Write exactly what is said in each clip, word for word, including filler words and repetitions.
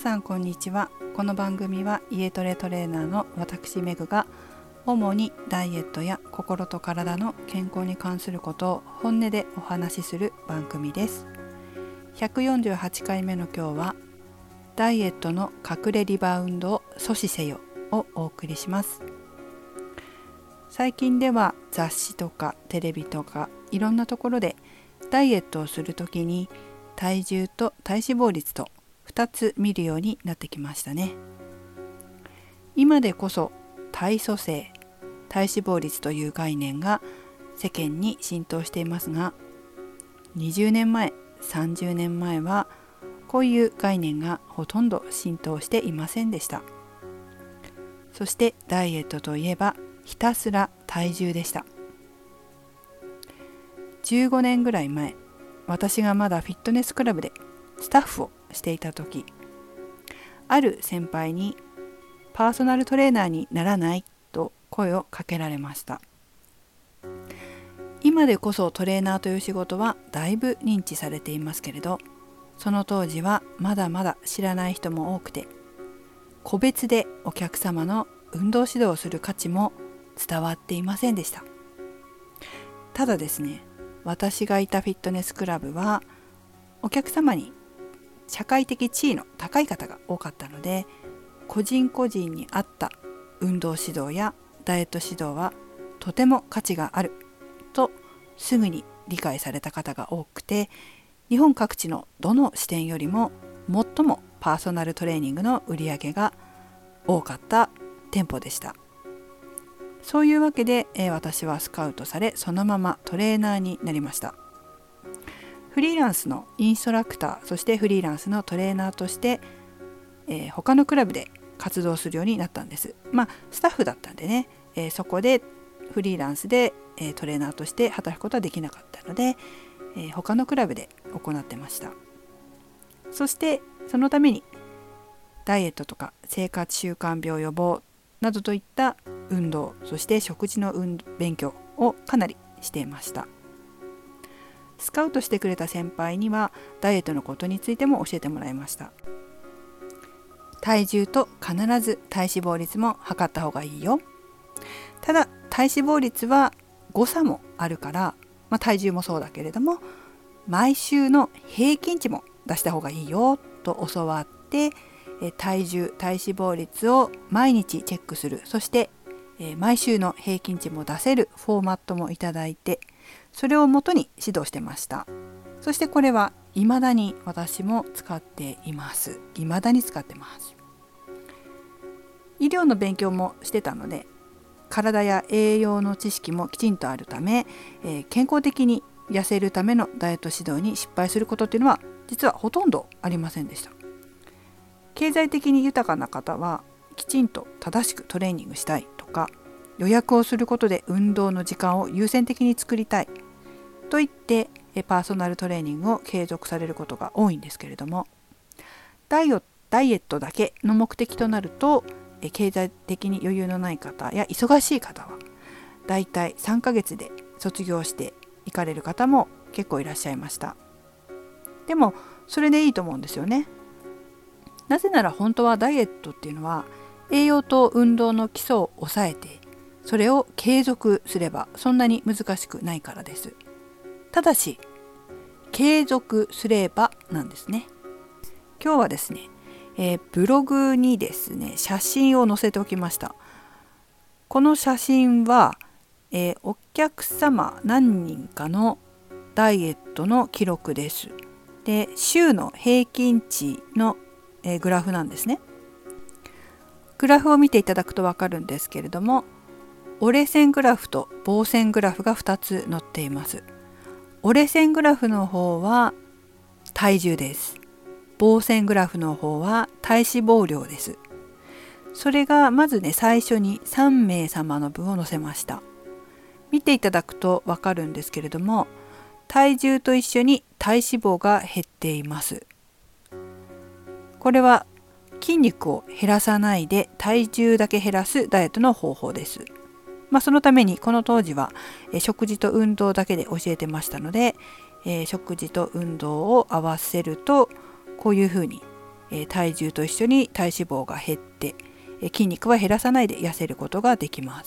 さんこんにちは。この番組は家トレトレーナーの私メグが主にダイエットや心と体の健康に関することを本音でお話しする番組です。ひゃくよんじゅうはちかいめの今日はダイエットの隠れリバウンドを阻止せよをお送りします。最近では雑誌とかテレビとかいろんなところでダイエットをするときに体重と体脂肪率とふたつ見るようになってきましたね。今でこそ体組成、体脂肪率という概念が世間に浸透していますが、にじゅうねんまえ、さんじゅうねんまえはこういう概念がほとんど浸透していませんでした。そしてダイエットといえばひたすら体重でした。じゅうごねんぐらい前、私がまだフィットネスクラブでスタッフをしていた時、ある先輩にパーソナルトレーナーにならないと声をかけられました。今でこそトレーナーという仕事はだいぶ認知されていますけれど、その当時はまだまだ知らない人も多くて、個別でお客様の運動指導をする価値も伝わっていませんでした。ただですね、私がいたフィットネスクラブはお客様に社会的地位の高い方が多かったので、個人個人に合った運動指導やダイエット指導はとても価値があるとすぐに理解された方が多くて、日本各地のどの視点よりも最もパーソナルトレーニングの売り上げが多かった店舗でした。そういうわけで、えー、私はスカウトされ、そのままトレーナーになりました。フリーランスのインストラクター、そしてフリーランスのトレーナーとして、えー、他のクラブで活動するようになったんです。まあスタッフだったんでね、えー、そこでフリーランスで、えー、トレーナーとして働くことはできなかったので、えー、他のクラブで行ってました。そしてそのためにダイエットとか生活習慣病予防などといった運動、そして食事の運勉強をかなりしていました。スカウトしてくれた先輩にはダイエットのことについても教えてもらいました。体重と必ず体脂肪率も測った方がいいよ。ただ体脂肪率は誤差もあるから、まあ、体重もそうだけれども毎週の平均値も出した方がいいよと教わって、体重体脂肪率を毎日チェックする、そして毎週の平均値も出せるフォーマットもいただいて、それをもとに指導してました。そしてこれは未だに私も使っています。未だに使ってます。医療の勉強もしてたので、体や栄養の知識もきちんとあるため、えー、健康的に痩せるためのダイエット指導に失敗することっていうのは実はほとんどありませんでした。経済的に豊かな方はきちんと正しくトレーニングしたいとか、予約をすることで運動の時間を優先的に作りたいと言ってパーソナルトレーニングを継続されることが多いんですけれども、ダイオダイエットだけの目的となると、経済的に余裕のない方や忙しい方はだいたいさんかげつで卒業していかれる方も結構いらっしゃいました。でもそれでいいと思うんですよね。なぜなら本当はダイエットっていうのは栄養と運動の基礎を抑えて、それを継続すればそんなに難しくないからです。ただし継続すればなんですね。今日はですね、えー、ブログにですね写真を載せておきました。この写真は、えー、お客様何人かのダイエットの記録です。で、週の平均値の、えー、グラフなんですね。グラフを見ていただくと分かるんですけれども、折れ線グラフと棒線グラフがふたつ載っています。折れ線グラフの方は体重です。棒線グラフの方は体脂肪量です。それがまずね、最初にさんめい様の分を載せました。見ていただくと分かるんですけれども、体重と一緒に体脂肪が減っています。これは筋肉を減らさないで体重だけ減らすダイエットの方法です。まあ、そのためにこの当時は食事と運動だけで教えてましたので、えー、食事と運動を合わせるとこういうふうにえー、体重と一緒に体脂肪が減って、えー、筋肉は減らさないで痩せることができます。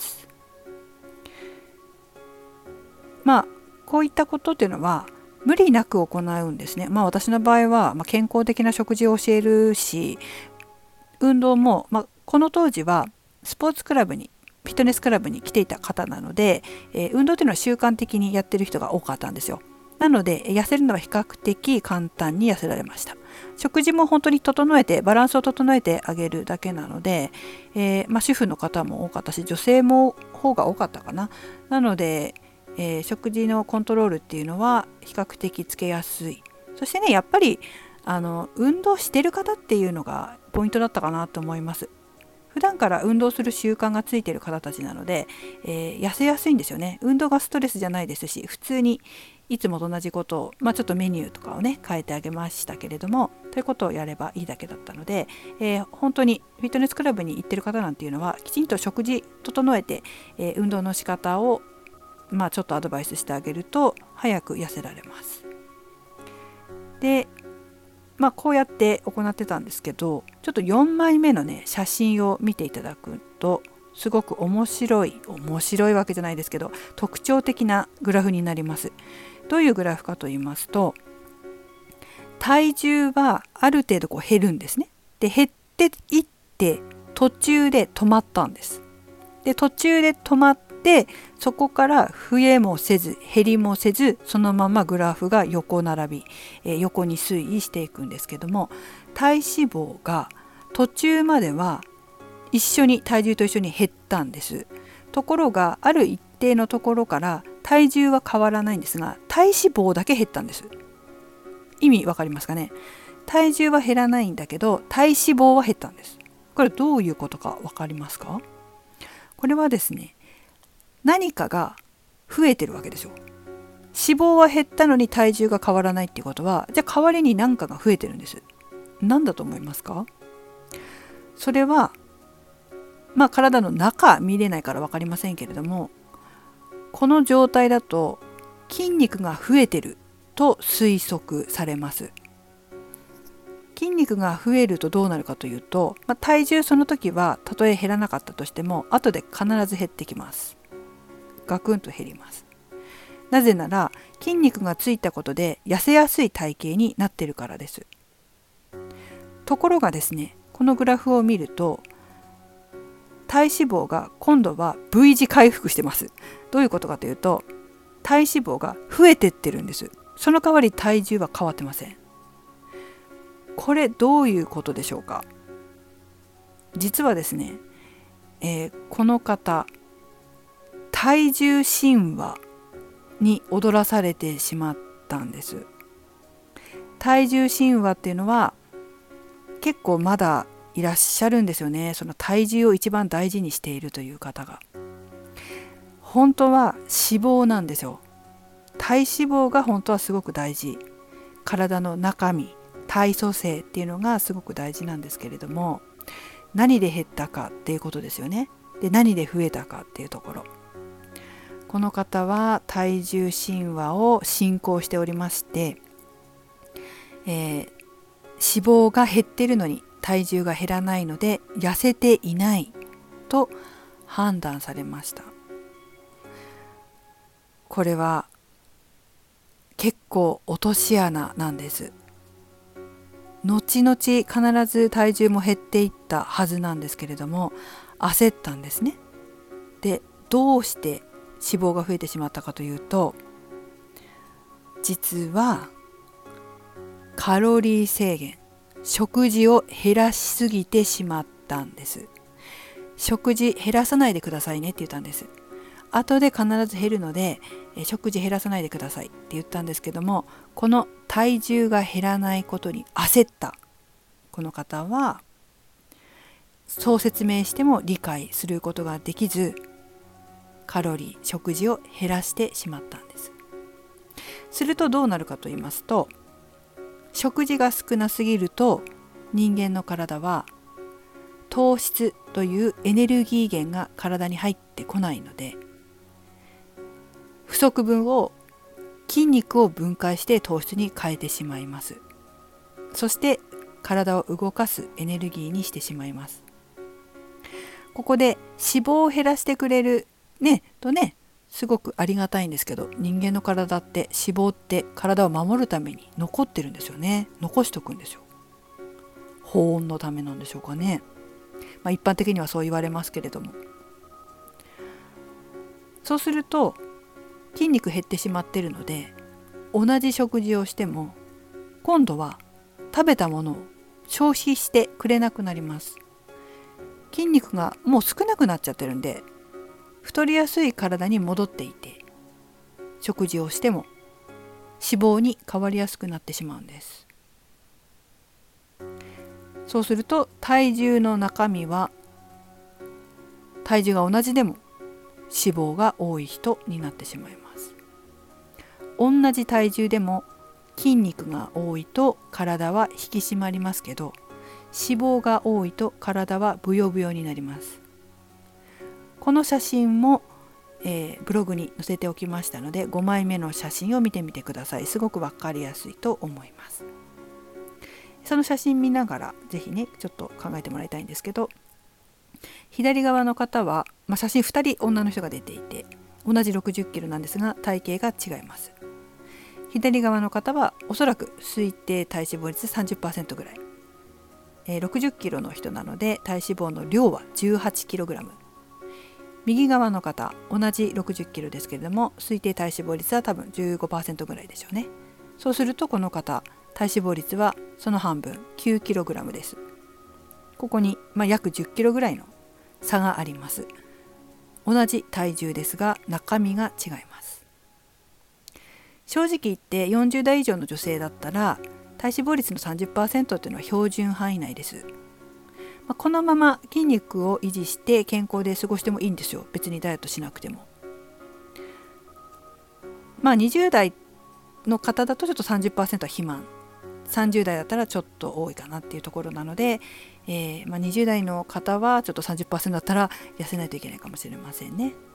まあこういったことっていうのは無理なく行うんですね。まあ私の場合は、まあ、健康的な食事を教えるし、運動も、まあ、この当時はスポーツクラブにフィットネスクラブに来ていた方なので、えー、運動っていうのは習慣的にやってる人が多かったんですよ。なので痩せるのは比較的簡単に痩せられました。食事も本当に整えてバランスを整えてあげるだけなので、えーまあ、主婦の方も多かったし女性も方が多かったかな。なので、えー、食事のコントロールっていうのは比較的つけやすい。そしてねやっぱりあの運動してる方っていうのがポイントだったかなと思います。普段から運動する習慣がついている方たちなので、えー、痩せやすいんですよね。運動がストレスじゃないですし、普通にいつもと同じことを、まあ、ちょっとメニューとかをね変えてあげましたけれども、ということをやればいいだけだったので、えー、本当にフィットネスクラブに行ってる方なんていうのはきちんと食事整えて、えー、運動の仕方を、まあ、ちょっとアドバイスしてあげると早く痩せられます。でまあこうやって行ってたんですけど、ちょっとよんまいめのね写真を見ていただくとすごく面白い面白いわけじゃないですけど特徴的なグラフになります。どういうグラフかと言いますと、体重はある程度こう減るんですね。で減っていって途中で止まったんです。で途中で止まってそこから増えもせず減りもせずそのままグラフが横並び、えー、横に推移していくんですけども、体脂肪が途中までは一緒に体重と一緒に減ったんです。ところがある一定のところから体重は変わらないんですが体脂肪だけ減ったんです。意味わかりますかね。体重は減らないんだけど体脂肪は減ったんです。これどういうことかわかりますか？これはですね、何かが増えてるわけですよ。脂肪は減ったのに体重が変わらないっていうことは、じゃあ代わりに何かが増えてるんです。何だと思いますか？それはまあ体の中見れないから分かりませんけれども、この状態だと筋肉が増えてると推測されます。筋肉が増えるとどうなるかというと、まあ、体重その時はたとえ減らなかったとしても後で必ず減ってきます。ガクンと減ります。なぜなら筋肉がついたことで痩せやすい体型になっているからです。ところがですね、このグラフを見ると体脂肪が今度は V 字回復してます。どういうことかというと、体脂肪が増えてってるんです。その代わり体重は変わってません。これどういうことでしょうか？実はですね、えー、この方体重神話に踊らされてしまったんです。体重神話っていうのは結構まだいらっしゃるんですよね。その体重を一番大事にしているという方が。本当は脂肪なんですよ。体脂肪が本当はすごく大事。体の中身、体組成っていうのがすごく大事なんですけれども、何で減ったかっていうことですよね。で、何で増えたかっていうところ。この方は体重神話を信仰しておりまして、えー、脂肪が減っているのに体重が減らないので痩せていないと判断されました。これは結構落とし穴なんです。後々必ず体重も減っていったはずなんですけれども、焦ったんですね。で、どうして脂肪が増えてしまったかというと、実はカロリー制限、食事を減らしすぎてしまったんです。食事減らさないでくださいねって言ったんです。後で必ず減るので食事減らさないでくださいって言ったんですけども、この体重が減らないことに焦ったこの方は、そう説明しても理解することができず、カロリー、食事を減らしてしまったんです。するとどうなるかと言いますと、食事が少なすぎると人間の体は糖質というエネルギー源が体に入ってこないので、不足分を筋肉を分解して糖質に変えてしまいます。そして体を動かすエネルギーにしてしまいます。ここで脂肪を減らしてくれるねとね、すごくありがたいんですけど、人間の体って脂肪って体を守るために残ってるんですよね。残しとくんですよ。保温のためなんでしょうかね。まあ、一般的にはそう言われますけれども、そうすると筋肉減ってしまってるので、同じ食事をしても今度は食べたものを消費してくれなくなります。筋肉がもう少なくなっちゃってるんで、太りやすい体に戻っていて、食事をしても脂肪に変わりやすくなってしまうんです。そうすると体重の中身は、体重が同じでも脂肪が多い人になってしまいます。同じ体重でも筋肉が多いと体は引き締まりますけど、脂肪が多いと体はブヨブヨになります。この写真も、えー、ブログに載せておきましたので、ごまいめの写真を見てみてください。すごくわかりやすいと思います。その写真見ながらぜひねちょっと考えてもらいたいんですけど、左側の方は、まあ、写真ふたり女の人が出ていて、同じろくじゅっキロなんですが体型が違います。左側の方はおそらく推定体脂肪率 さんじゅっパーセント ぐらい、えー、ろくじゅっキロの人なので体脂肪の量は じゅうはちキログラム。右側の方同じろくじゅっキロですけれども、推定体脂肪率は多分 じゅうごパーセント ぐらいでしょうね。そうするとこの方体脂肪率はその半分 きゅうキログラム です。ここに、まあ、約じゅっキロぐらいの差があります。同じ体重ですが中身が違います。正直言ってよんじゅう代以上の女性だったら体脂肪率の さんじゅっパーセント というのは標準範囲内です。まあ、このまま筋肉を維持して健康で過ごしてもいいんですよ。別にダイエットしなくても。まあにじゅう代の方だとちょっと さんじゅっパーセント は肥満、さんじゅう代だったらちょっと多いかなっていうところなので、えーまあ、にじゅう代の方はちょっと さんじゅっパーセント だったら痩せないといけないかもしれませんね。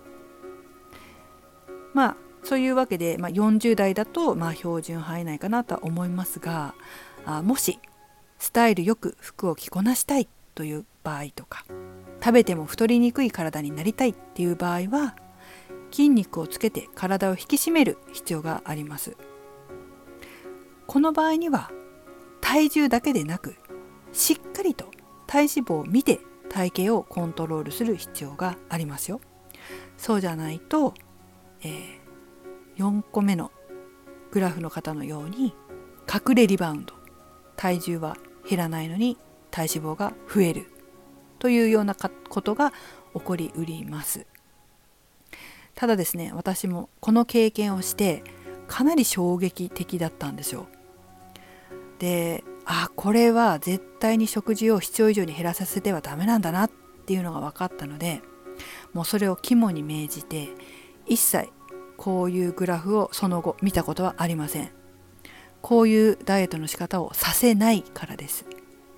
まあそういうわけで、まあ、よんじゅう代だとまあ標準範囲内かなとは思いますが、あもしスタイルよく服を着こなしたいという場合とか、食べても太りにくい体になりたいっていう場合は、筋肉をつけて体を引き締める必要があります。この場合には体重だけでなく、しっかりと体脂肪を見て体型をコントロールする必要がありますよ。そうじゃないと、えー、よんこめのグラフの方のように隠れリバウンド、体重は減らないのに体脂肪が増えるというようなことが起こりうります。ただですね、私もこの経験をしてかなり衝撃的だったんですよ。で、あ、これは絶対に食事を必要以上に減らさせてはダメなんだなっていうのが分かったので、もうそれを肝に銘じて一切こういうグラフをその後見たことはありません。こういうダイエットの仕方をさせないからです。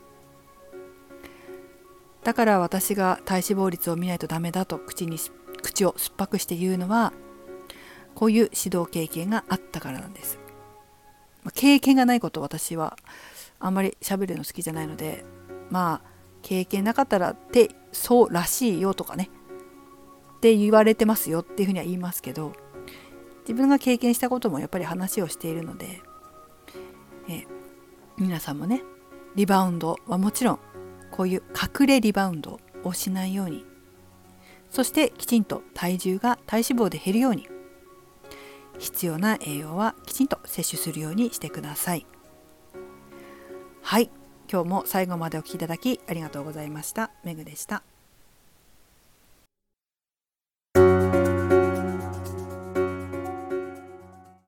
だから私が体脂肪率を見ないとダメだと口に口を酸っぱくして言うのは、こういう指導経験があったからなんです。経験がないことを私はあんまり喋るの好きじゃないので、まあ経験なかったらってそうらしいよとかねって言われてますよっていうふうには言いますけど、自分が経験したこともやっぱり話をしているので、え皆さんもね、リバウンドはもちろんこういう隠れリバウンドをしないように、そしてきちんと体重が体脂肪で減るように、必要な栄養はきちんと摂取するようにしてください。はい、今日も最後までお聞きいただきありがとうございました。めぐでした。